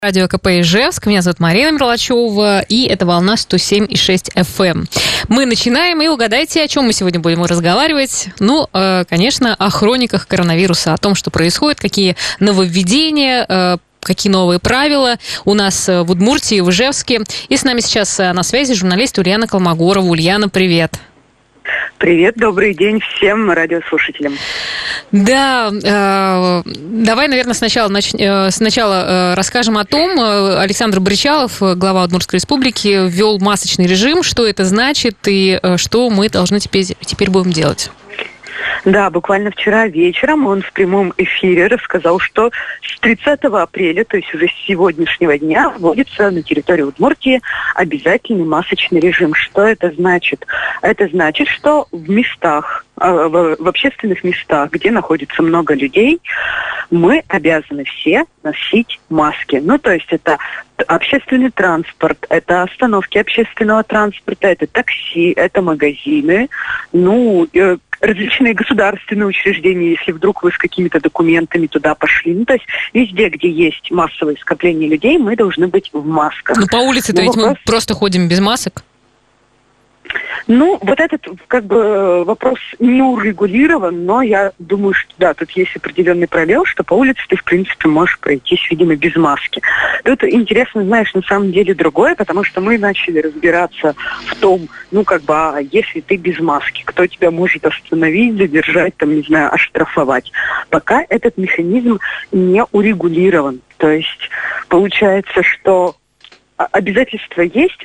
Радио КП Ижевск. Меня зовут Марина Мерлачева, и это волна 107,6 FM. Мы начинаем, и угадайте, о чем мы сегодня будем разговаривать. Конечно, о хрониках коронавируса, о том, что происходит, какие нововведения, какие новые правила у нас в Удмуртии, в Ижевске. И с нами сейчас на связи журналист Ульяна Колмогорова. Ульяна, привет. Привет, добрый день всем радиослушателям. Да, давай, наверное, сначала расскажем о том. Александр Бричалов, глава Удмуртской республики, ввел масочный режим. Что это значит и что мы должны теперь будем делать? Да, буквально вчера вечером он в прямом эфире рассказал, что с 30 апреля, то есть уже с сегодняшнего дня, вводится на территории Удмуртии обязательный масочный режим. Что это значит? Это значит, что в местах, в общественных местах, где находится много людей, мы обязаны все носить маски. То есть это общественный транспорт, это остановки общественного транспорта, это такси, это магазины, различные государственные учреждения, если вдруг вы с какими-то документами туда пошли. То есть везде, где есть массовое скопление людей, мы должны быть в масках. По улице-то ведь мы просто ходим без масок. Вот этот вопрос не урегулирован, но я думаю, что да, тут есть определенный пробел, что по улице ты, в принципе, можешь пройтись, видимо, без маски. Тут интересно, знаешь, на самом деле другое, потому что мы начали разбираться в том, если ты без маски, кто тебя может остановить, задержать, оштрафовать. Пока этот механизм не урегулирован. То есть получается, что обязательства есть,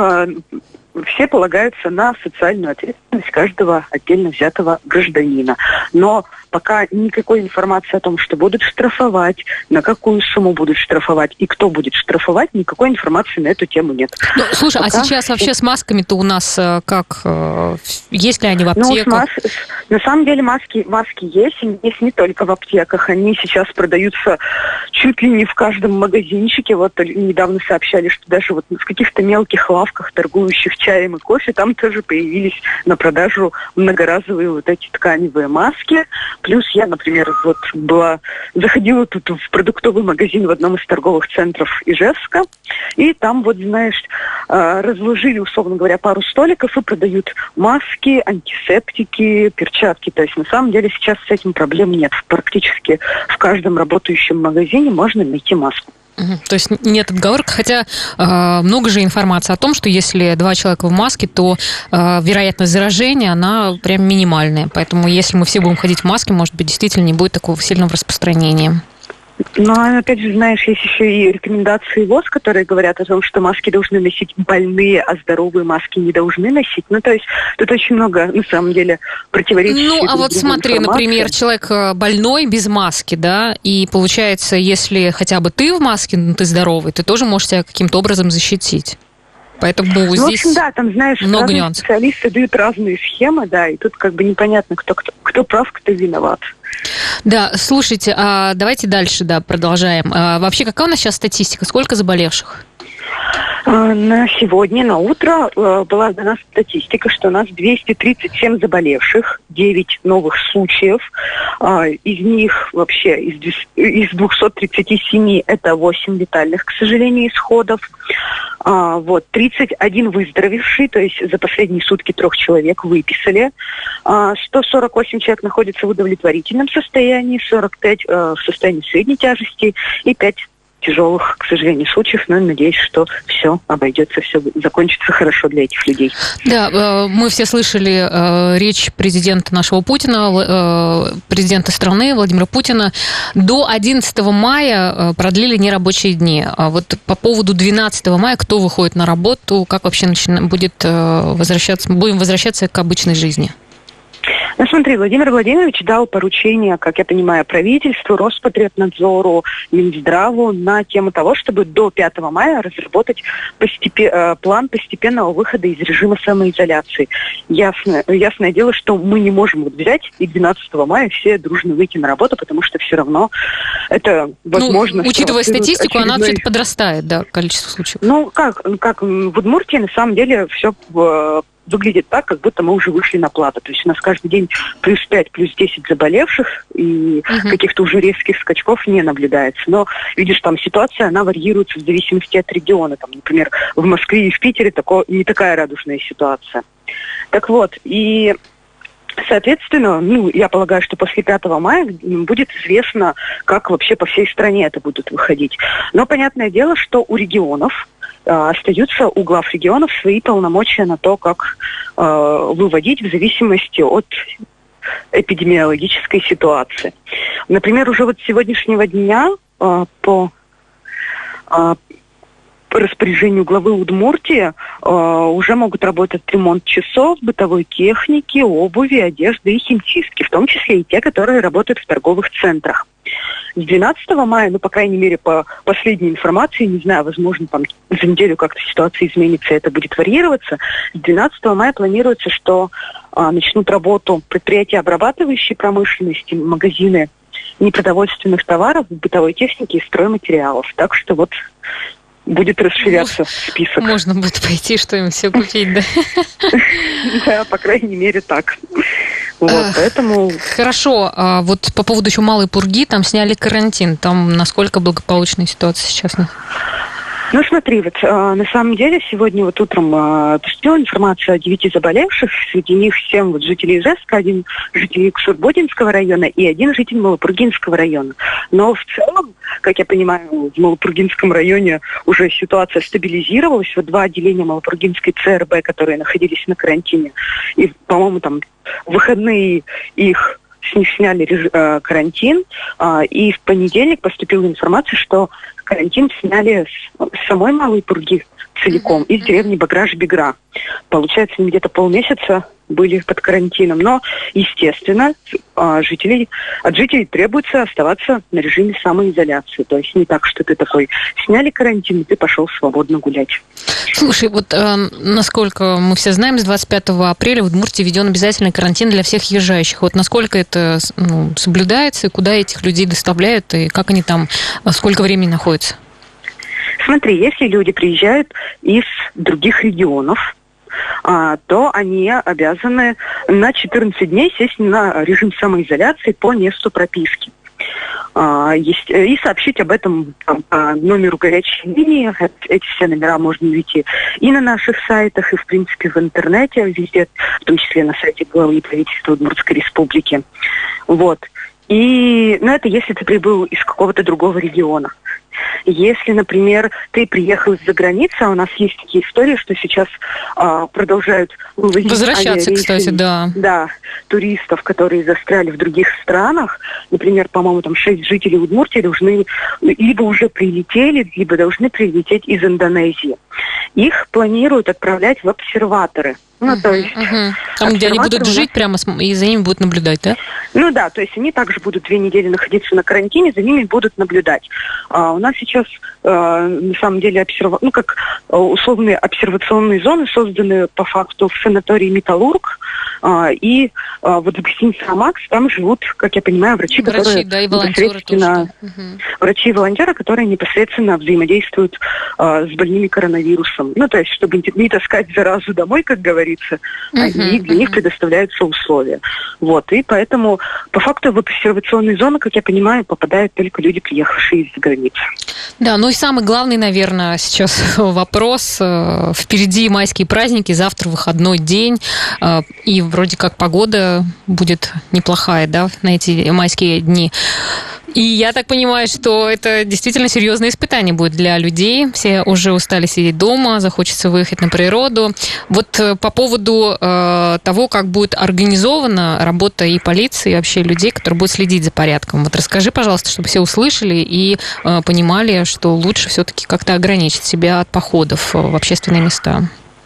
все полагаются на социальную ответственность каждого отдельно взятого гражданина. Но пока никакой информации о том, что будут штрафовать, на какую сумму будут штрафовать и кто будет штрафовать, никакой информации на эту тему нет. Слушай, пока... А сейчас вообще с масками-то у нас как? Есть ли они в аптеках? На самом деле маски есть не только в аптеках. Они сейчас продаются чуть ли не в каждом магазинчике. Вот недавно сообщали, что даже в каких-то мелких лавках, торгующих чаем и кофе, там тоже появились на продажу многоразовые эти тканевые маски. Плюс я, например, заходила тут в продуктовый магазин в одном из торговых центров Ижевска, и там, разложили, условно говоря, пару столиков и продают маски, антисептики, перчатки. То есть, на самом деле, сейчас с этим проблем нет. Практически в каждом работающем магазине можно найти маску. То есть нет отговорок, хотя много же информации о том, что если два человека в маске, то вероятность заражения, она прям минимальная. Поэтому если мы все будем ходить в маске, может быть, действительно не будет такого сильного распространения. Опять же, знаешь, есть еще и рекомендации ВОЗ, которые говорят о том, что маски должны носить больные, а здоровые маски не должны носить. То есть тут очень много, на самом деле, противоречий. Смотри, например, человек больной без маски, да, и получается, если хотя бы ты в маске, ты здоровый, ты тоже можешь себя каким-то образом защитить. Поэтому здесь там, знаешь, много нюансов. Специалисты дают разные схемы, да, и тут непонятно, кто прав, кто виноват. Да, слушайте, давайте дальше, продолжаем. Вообще, какая у нас сейчас статистика? Сколько заболевших? На сегодня, на утро, была дана статистика, что у нас 237 заболевших, 9 новых случаев. Из них вообще, из 237 это 8 летальных, к сожалению, исходов. 31 выздоровевший, то есть за последние сутки 3 человек выписали. 148 человек находятся в удовлетворительном состоянии, 45 в состоянии средней тяжести и 5 тяжелых, к сожалению, случаев, но надеюсь, что все обойдется, все закончится хорошо для этих людей. Да, мы все слышали речь президента нашего Путина, президента страны Владимира Путина. До 11 мая продлили нерабочие дни. А по поводу 12 мая, кто выходит на работу, как вообще будем возвращаться к обычной жизни? Смотри, Владимир Владимирович дал поручение, как я понимаю, правительству, Роспотребнадзору, Минздраву на тему того, чтобы до 5 мая разработать план постепенного выхода из режима самоизоляции. Ясное дело, что мы не можем взять и 12 мая все дружно выйти на работу, потому что все равно это возможно... Учитывая статистику, она все-таки подрастает, да, количество случаев. Как в Удмуртии на самом деле все выглядит так, как будто мы уже вышли на плато. То есть у нас каждый день плюс 5, плюс 10 заболевших, и каких-то уже резких скачков не наблюдается. Но, видишь, там ситуация, она варьируется в зависимости от региона. Там, например, в Москве и в Питере не такая радужная ситуация. Так вот, и... Соответственно, я полагаю, что после 5 мая будет известно, как вообще по всей стране это будут выходить. Но понятное дело, что у регионов остаются у глав регионов свои полномочия на то, как выводить в зависимости от эпидемиологической ситуации. Например, уже вот с сегодняшнего дня по распоряжению главы Удмуртии уже могут работать ремонт часов, бытовой техники, обуви, одежды и химчистки, в том числе и те, которые работают в торговых центрах. С 12 мая, по крайней мере, по последней информации, не знаю, возможно, там за неделю как-то ситуация изменится, это будет варьироваться. С 12 мая планируется, что начнут работу предприятия обрабатывающей промышленности, магазины непродовольственных товаров, бытовой техники и стройматериалов. Так что вот будет расширяться список. Можно будет пойти что-нибудь все купить, да? Да, по крайней мере, так. Вот, поэтому... Хорошо, вот по поводу еще Малой Пурги, там сняли карантин. Там насколько благополучная ситуация сейчас? Ну, смотри, вот на самом деле сегодня вот утром поступила информация о 9 заболевших. Среди них 7 вот жителей Ижевска, 1 житель Ксурбодинского района и 1 житель Малопургинского района. Но в целом, как я понимаю, в Малопургинском районе уже ситуация стабилизировалась. Вот 2 отделения Малопургинской ЦРБ, которые находились на карантине, и, по-моему, там в выходные с них сняли карантин, и в понедельник поступила информация, что карантин сняли с самой Малой Пурги целиком, из деревни Баграш-Бегра. Получается, они где-то полмесяца были под карантином. Но, естественно, от жителей требуется оставаться на режиме самоизоляции. То есть не так, что ты такой сняли карантин, и ты пошел свободно гулять. Слушай, вот насколько мы все знаем, с 25 апреля в Удмуртии введен обязательный карантин для всех езжающих. Вот насколько это соблюдается, и куда этих людей доставляют, и как они там, сколько времени находятся? Смотри, если люди приезжают из других регионов, то они обязаны на 14 дней сесть на режим самоизоляции по месту прописки. И сообщить об этом по номеру горячей линии. Эти все номера можно найти и на наших сайтах, и, в принципе, в интернете, везде, в том числе на сайте главы правительства Удмуртской республики. Вот. Но это если ты прибыл из какого-то другого региона. Если, например, ты приехал из-за границы, а у нас есть такие истории, что сейчас продолжают вывозить возвращаться, кстати, да. Да, туристов, которые застряли в других странах. Например, по-моему, там 6 жителей Удмуртии должны либо уже прилетели, либо должны прилететь из Индонезии. Их планируют отправлять в обсерваторы. То есть там, где они будут жить прямо, и за ними будут наблюдать, да? Ну да, то есть они также будут 2 недели находиться на карантине, за ними будут наблюдать. У нас сейчас, на самом деле, условные обсервационные зоны созданы по факту в санатории «Металлург», и вот в гостинице «Амакс» там живут, как я понимаю, врачи, которые да, и волонтеры тоже. Врачи и волонтеры, которые непосредственно взаимодействуют с больными коронавирусом. То есть, чтобы не таскать заразу домой, как говорится, и для них предоставляются условия. Вот, и поэтому, по факту, в обсервационные зоны, как я понимаю, попадают только люди, приехавшие из-за границы. Да, и самый главный, наверное, сейчас вопрос. Впереди майские праздники, завтра выходной день, и вроде как погода будет неплохая, да, на эти майские дни. И я так понимаю, что это действительно серьезное испытание будет для людей. Все уже устали сидеть дома, захочется выехать на природу. Вот по поводу того, как будет организована работа и полиции, и вообще людей, которые будут следить за порядком. Вот расскажи, пожалуйста, чтобы все услышали и понимали, что лучше все-таки как-то ограничить себя от походов в общественные места.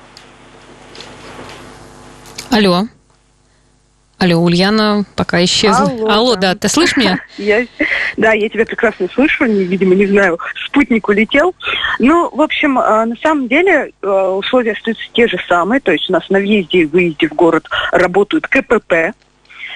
Алло, Ульяна пока исчезла. Алло, да, ты слышишь меня? Да, я тебя прекрасно слышу, видимо, не знаю, спутник улетел. В общем, на самом деле условия остаются те же самые, то есть у нас на въезде и выезде в город работают КПП,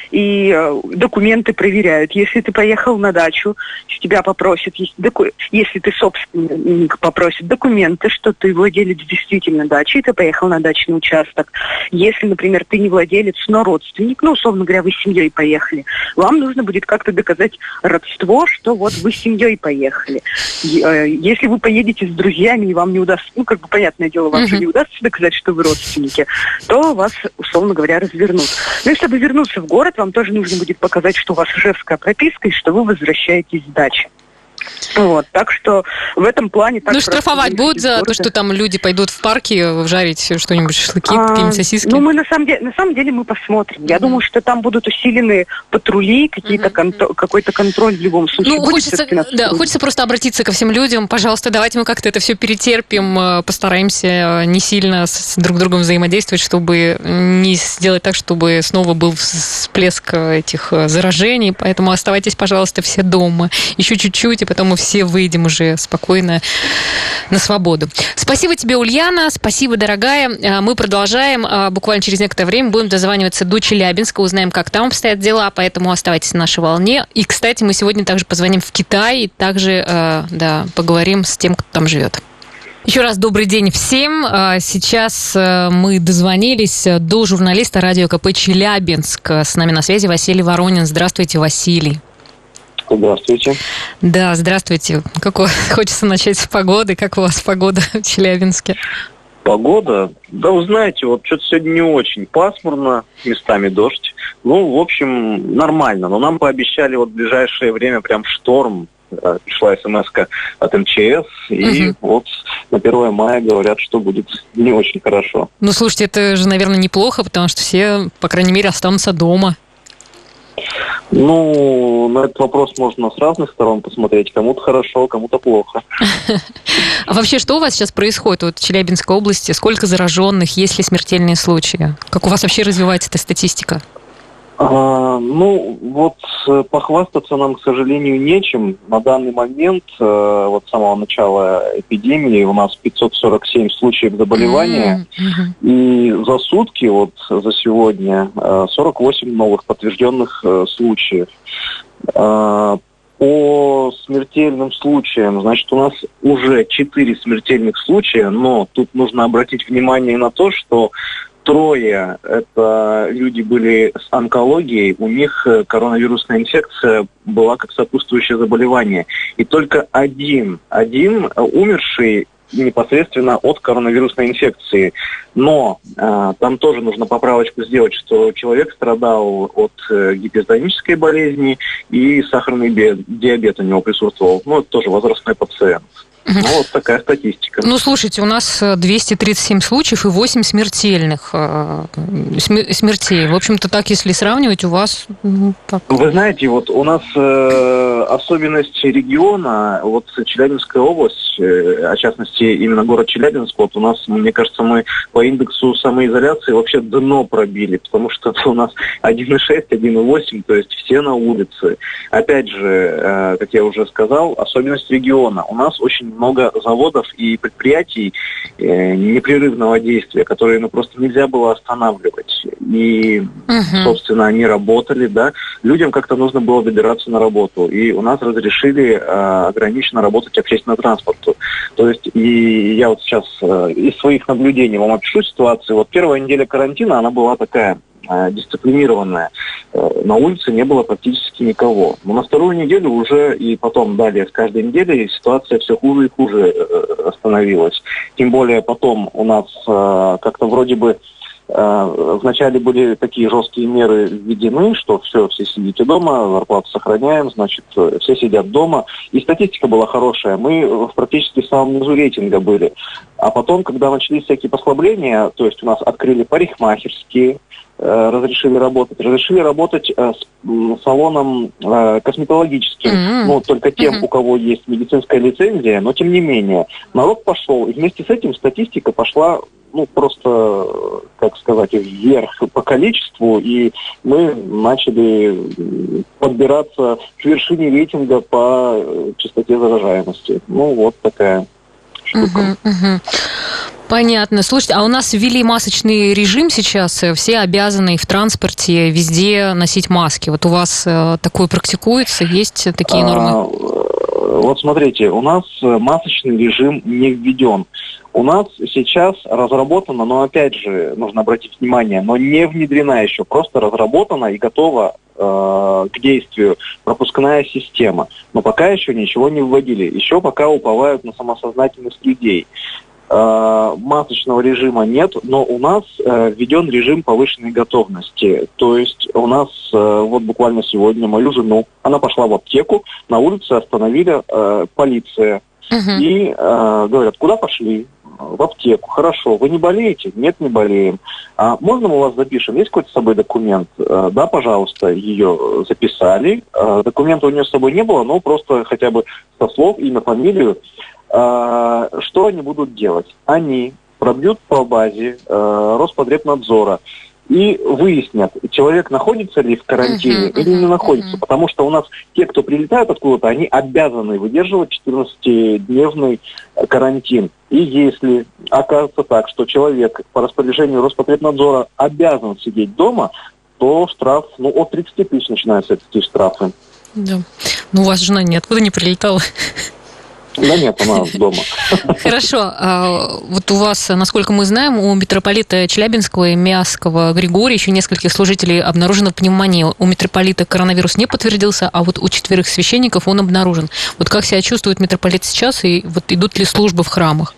и документы проверяют. Если ты поехал на дачу, с тебя попросят, если ты собственник, попросят документы, что ты владелец действительно дачи, и ты поехал на дачный участок. Если, например, ты не владелец, но родственник, условно говоря, вы с семьей поехали, вам нужно будет как-то доказать родство, что вот вы с семьей поехали. Если вы поедете с друзьями, и вам не удастся, понятное дело, вам же не удастся доказать, что вы родственники, то вас, условно говоря, развернут. И чтобы вернуться в город, вам тоже нужно будет показать, что у вас ижевская прописка и что вы возвращаетесь с дачи. Так что в этом плане... штрафовать будут за то, что там люди пойдут в парки жарить что-нибудь, шашлыки, какие-нибудь сосиски? Мы на самом деле мы посмотрим. Я думаю, что там будут усилены патрули, какой-то контроль в любом случае. Хочется просто обратиться ко всем людям. Пожалуйста, давайте мы как-то это все перетерпим, постараемся не сильно с друг другом взаимодействовать, чтобы не сделать так, чтобы снова был всплеск этих заражений. Поэтому оставайтесь, пожалуйста, все дома. Еще чуть-чуть, и потом мы все выйдем уже спокойно на свободу. Спасибо тебе, Ульяна, спасибо, дорогая. Мы продолжаем. Буквально через некоторое время будем дозваниваться до Челябинска, узнаем, как там обстоят дела, поэтому оставайтесь на нашей волне. И, кстати, мы сегодня также позвоним в Китай и также поговорим с тем, кто там живет. Еще раз добрый день всем. Сейчас мы дозвонились до журналиста радио КП Челябинск. С нами на связи Василий Воронин. Здравствуйте, Василий. Здравствуйте. Да, здравствуйте. Хочется начать с погоды. Как у вас погода в Челябинске? Погода? Да, вы знаете, что-то сегодня не очень пасмурно, местами дождь. В общем, нормально. Но нам пообещали в ближайшее время прям шторм. Пришла смс-ка от МЧС, и на 1 мая говорят, что будет не очень хорошо. Слушайте, это же, наверное, неплохо, потому что все, по крайней мере, останутся дома. На этот вопрос можно с разных сторон посмотреть. Кому-то хорошо, кому-то плохо. А вообще, что у вас сейчас происходит в Челябинской области? Сколько зараженных? Есть ли смертельные случаи? Как у вас вообще развивается эта статистика? Похвастаться нам, к сожалению, нечем. На данный момент, с самого начала эпидемии, у нас 547 случаев заболевания. И за сутки, за сегодня, 48 новых подтвержденных случаев. По смертельным случаям, значит, у нас уже 4 смертельных случая, но тут нужно обратить внимание на то, что 3 это люди были с онкологией, у них коронавирусная инфекция была как сопутствующее заболевание. И только один умерший непосредственно от коронавирусной инфекции. Но там тоже нужно поправочку сделать, что человек страдал от гипертонической болезни и сахарный диабет у него присутствовал. Это тоже возрастной пациент. Такая статистика. Слушайте, у нас 237 случаев и 8 смертельных смертей. В общем-то, так, если сравнивать, у вас... Вы знаете, у нас особенность региона, Челябинская область, а в частности именно город Челябинск, у нас, мне кажется, мы по индексу самоизоляции вообще дно пробили, потому что у нас 1,6, 1,8, то есть все на улице. Опять же, как я уже сказал, особенность региона. У нас очень много заводов и предприятий непрерывного действия, которые просто нельзя было останавливать. И, собственно, они работали, да. Людям как-то нужно было добираться на работу. И у нас разрешили ограниченно работать общественным транспортом. То есть, и я сейчас из своих наблюдений вам опишу ситуацию. Первая неделя карантина, она была такая дисциплинированная. На улице не было практически никого. Но на 2-ю неделю уже и потом далее с каждой неделей ситуация все хуже и хуже становилась. Тем более потом у нас как-то вроде бы вначале были такие жесткие меры введены, что все сидите дома, зарплату сохраняем, значит, все сидят дома. И статистика была хорошая. Мы практически в самом низу рейтинга были. А потом, когда начались всякие послабления, то есть у нас открыли парикмахерские, разрешили работать с салоном косметологическим, только тем, у кого есть медицинская лицензия, но тем не менее. Народ пошел, и вместе с этим статистика пошла просто, как сказать, вверх по количеству, и мы начали подбираться к вершине рейтинга по частоте заражаемости. Такая штука. Понятно. Слушайте, а у нас ввели масочный режим сейчас, все обязаны в транспорте везде носить маски. Вот у вас такое практикуется, есть такие нормы? Вот смотрите, у нас масочный режим не введен. У нас сейчас разработана, но опять же, нужно обратить внимание, но не внедрена еще, просто разработана и готова к действию пропускная система. Но пока еще ничего не вводили. Еще пока уповают на самосознательность людей. Масочного режима нет, но у нас введен режим повышенной готовности. То есть у нас вот буквально сегодня мою жену, она пошла в аптеку, на улице остановили полиция. И говорят, куда пошли? В аптеку. Хорошо. Вы не болеете? Нет, не болеем. А можно мы вас запишем? Есть какой-то с собой документ? Да, пожалуйста. Ее записали. Документа у нее с собой не было, но просто хотя бы со слов, имя, фамилию. Что они будут делать? Они пробьют по базе Роспотребнадзора и выяснят, человек находится ли в карантине или не находится. Потому что у нас те, кто прилетают откуда-то, они обязаны выдерживать 14-дневный карантин. И если окажется так, что человек по распоряжению Роспотребнадзора обязан сидеть дома, то штраф, от 30 тысяч начинаются эти штрафы. Да. У вас жена ниоткуда не прилетала? Да нет, у нас дома. Хорошо. Вот у вас, насколько мы знаем, у митрополита Челябинского и Миасского Григория, еще нескольких служителей, обнаружена пневмония. У митрополита коронавирус не подтвердился, а вот у 4 священников он обнаружен. Вот как себя чувствует митрополит сейчас, и вот идут ли службы в храмах?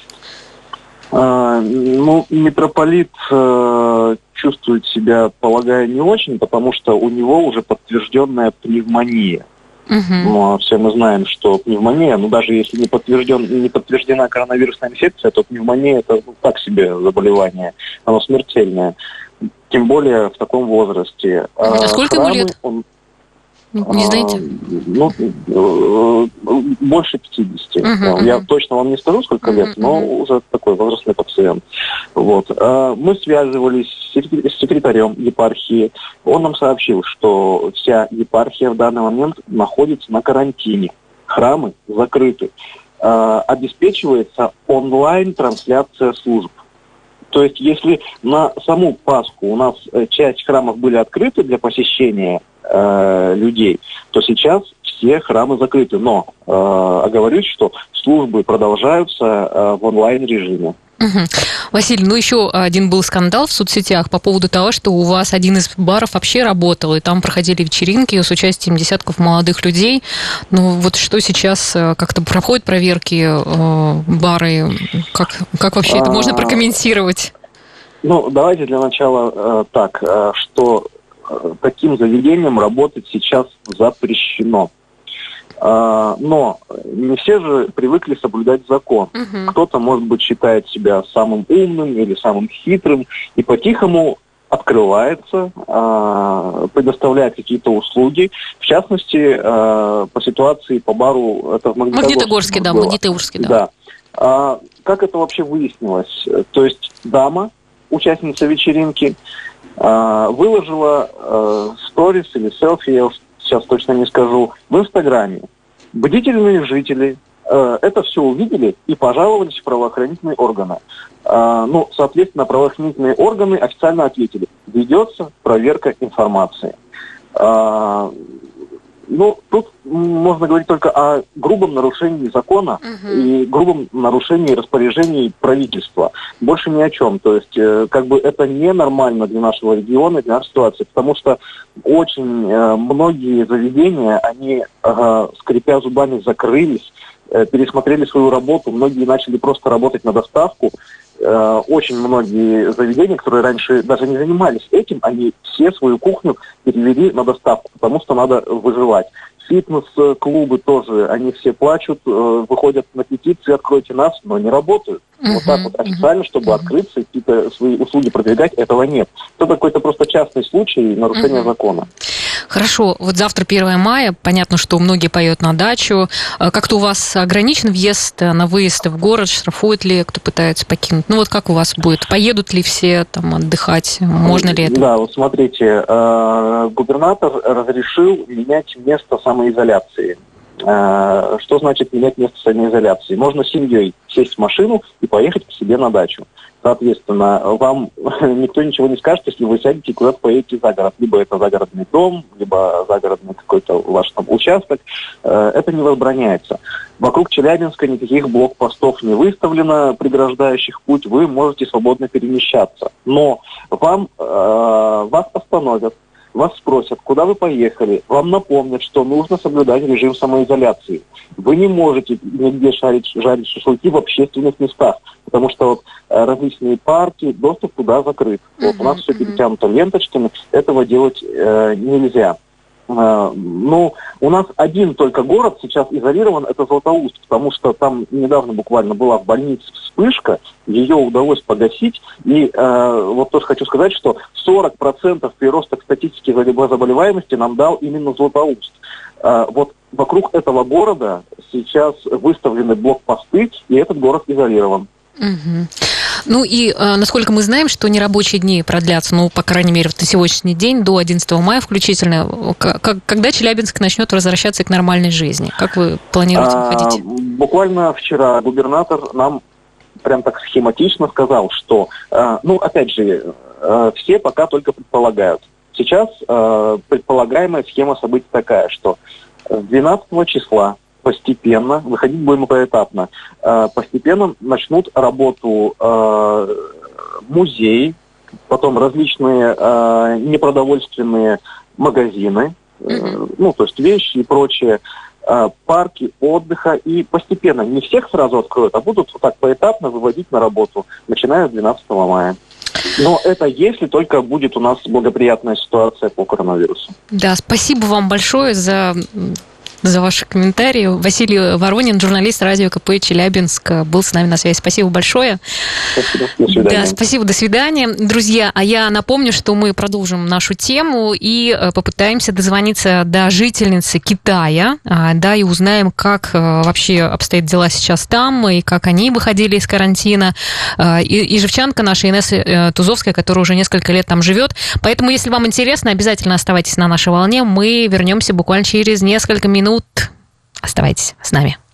Митрополит чувствует себя, полагаю, не очень, потому что у него уже подтвержденная пневмония. Все мы знаем, что пневмония, даже если не подтверждена коронавирусная инфекция, то пневмония это так себе заболевание, оно смертельное. Тем более в таком возрасте. А сколько ему лет? Не знаете? Больше 50. Я точно вам не скажу, сколько лет, но уже такой возрастной пациент. Вот. Мы связывались с секретарем епархии. Он нам сообщил, что вся епархия в данный момент находится на карантине. Храмы закрыты. Обеспечивается онлайн-трансляция служб. То есть, если на саму Пасху у нас часть храмов были открыты для посещения людей, то сейчас все храмы закрыты. Но оговорюсь, что службы продолжаются в онлайн-режиме. Василий, еще один был скандал в соцсетях по поводу того, что у вас один из баров вообще работал, и там проходили вечеринки с участием десятков молодых людей. Вот что сейчас, как-то проходят проверки бары? Как вообще это можно прокомментировать? Давайте для начала так, что таким заведением работать сейчас запрещено. Но не все же привыкли соблюдать закон. Кто-то, может быть, считает себя самым умным или самым хитрым и по-тихому открывается, предоставляет какие-то услуги. В частности, по ситуации по бару, это в Магнитогорске. Магнитогорске, да. Как это вообще выяснилось? То есть дама, участница вечеринки, выложила сторис или селфи, я сейчас точно не скажу, в Инстаграме. Бдительные жители это все увидели и пожаловались в правоохранительные органы. Соответственно, правоохранительные органы официально ответили: ведется проверка информации. Тут можно говорить только о грубом нарушении закона и грубом нарушении распоряжений правительства. Больше ни о чем. То есть, это ненормально для нашего региона, для нашей ситуации, потому что очень многие заведения, они, скрипя зубами, закрылись, пересмотрели свою работу, многие начали просто работать на доставку. Очень многие заведения, которые раньше даже не занимались этим, они все свою кухню перевели на доставку, потому что надо выживать. Фитнес-клубы тоже, они все плачут, выходят на петиции: откройте нас, но не работают. Вот так вот официально, чтобы открыться и какие-то свои услуги продвигать, этого нет. Это какой-то просто частный случай нарушения закона. Хорошо, вот завтра 1 мая, понятно, что многие поедут на дачу. Как-то у вас ограничен въезд на выезд в город, штрафуют ли, кто пытается покинуть? Как у вас будет? Поедут ли все там отдыхать? Можно ли это? Да, вот смотрите, губернатор разрешил менять место самоизоляции. Что значит менять место самоизоляции? Можно с семьей сесть в машину и поехать к себе на дачу. Соответственно, вам никто ничего не скажет, если вы сядете и куда-то поедете за город. Либо это загородный дом, либо загородный какой-то ваш там участок. Это не возбраняется. Вокруг Челябинска никаких блокпостов не выставлено, преграждающих путь. Вы можете свободно перемещаться. Но вас остановят. Вас спросят, куда вы поехали, вам напомнят, что нужно соблюдать режим самоизоляции. Вы не можете нигде жарить шашлыки в общественных местах, потому что различные парки, доступ туда закрыт. У нас все перетянуто ленточками, этого делать нельзя. У нас один только город сейчас изолирован, это Златоуст, потому что там недавно буквально была в больнице вспышка, ее удалось погасить, и тоже хочу сказать, что 40% прироста к статистике заболеваемости нам дал именно Златоуст. Вокруг этого города сейчас выставлены блокпосты, и этот город изолирован. Насколько мы знаем, что нерабочие дни продлятся, по крайней мере, на сегодняшний день, до 11 мая включительно. Когда Челябинск начнет возвращаться к нормальной жизни? Как вы планируете выходить? Буквально вчера губернатор нам прям так схематично сказал, что, опять же, все пока только предполагают. Сейчас предполагаемая схема событий такая, что 12 числа постепенно, выходить будем поэтапно, постепенно начнут работу музеи, потом различные непродовольственные магазины, то есть вещи и прочее, парки отдыха, и постепенно, не всех сразу откроют, а будут так поэтапно выводить на работу, начиная с 12 мая. Но это если только будет у нас благоприятная ситуация по коронавирусу. Да, спасибо вам большое за ваши комментарии. Василий Воронин, журналист радио КП Челябинск, был с нами на связи. Спасибо большое. Спасибо. До свидания. Да, спасибо, до свидания. Друзья, а я напомню, что мы продолжим нашу тему и попытаемся дозвониться до жительницы Китая, и узнаем, как вообще обстоят дела сейчас там, и как они выходили из карантина. И живчанка наша Инесса Тузовская, которая уже несколько лет там живет. Поэтому, если вам интересно, обязательно оставайтесь на нашей волне. Мы вернемся буквально через несколько минут. Оставайтесь с нами.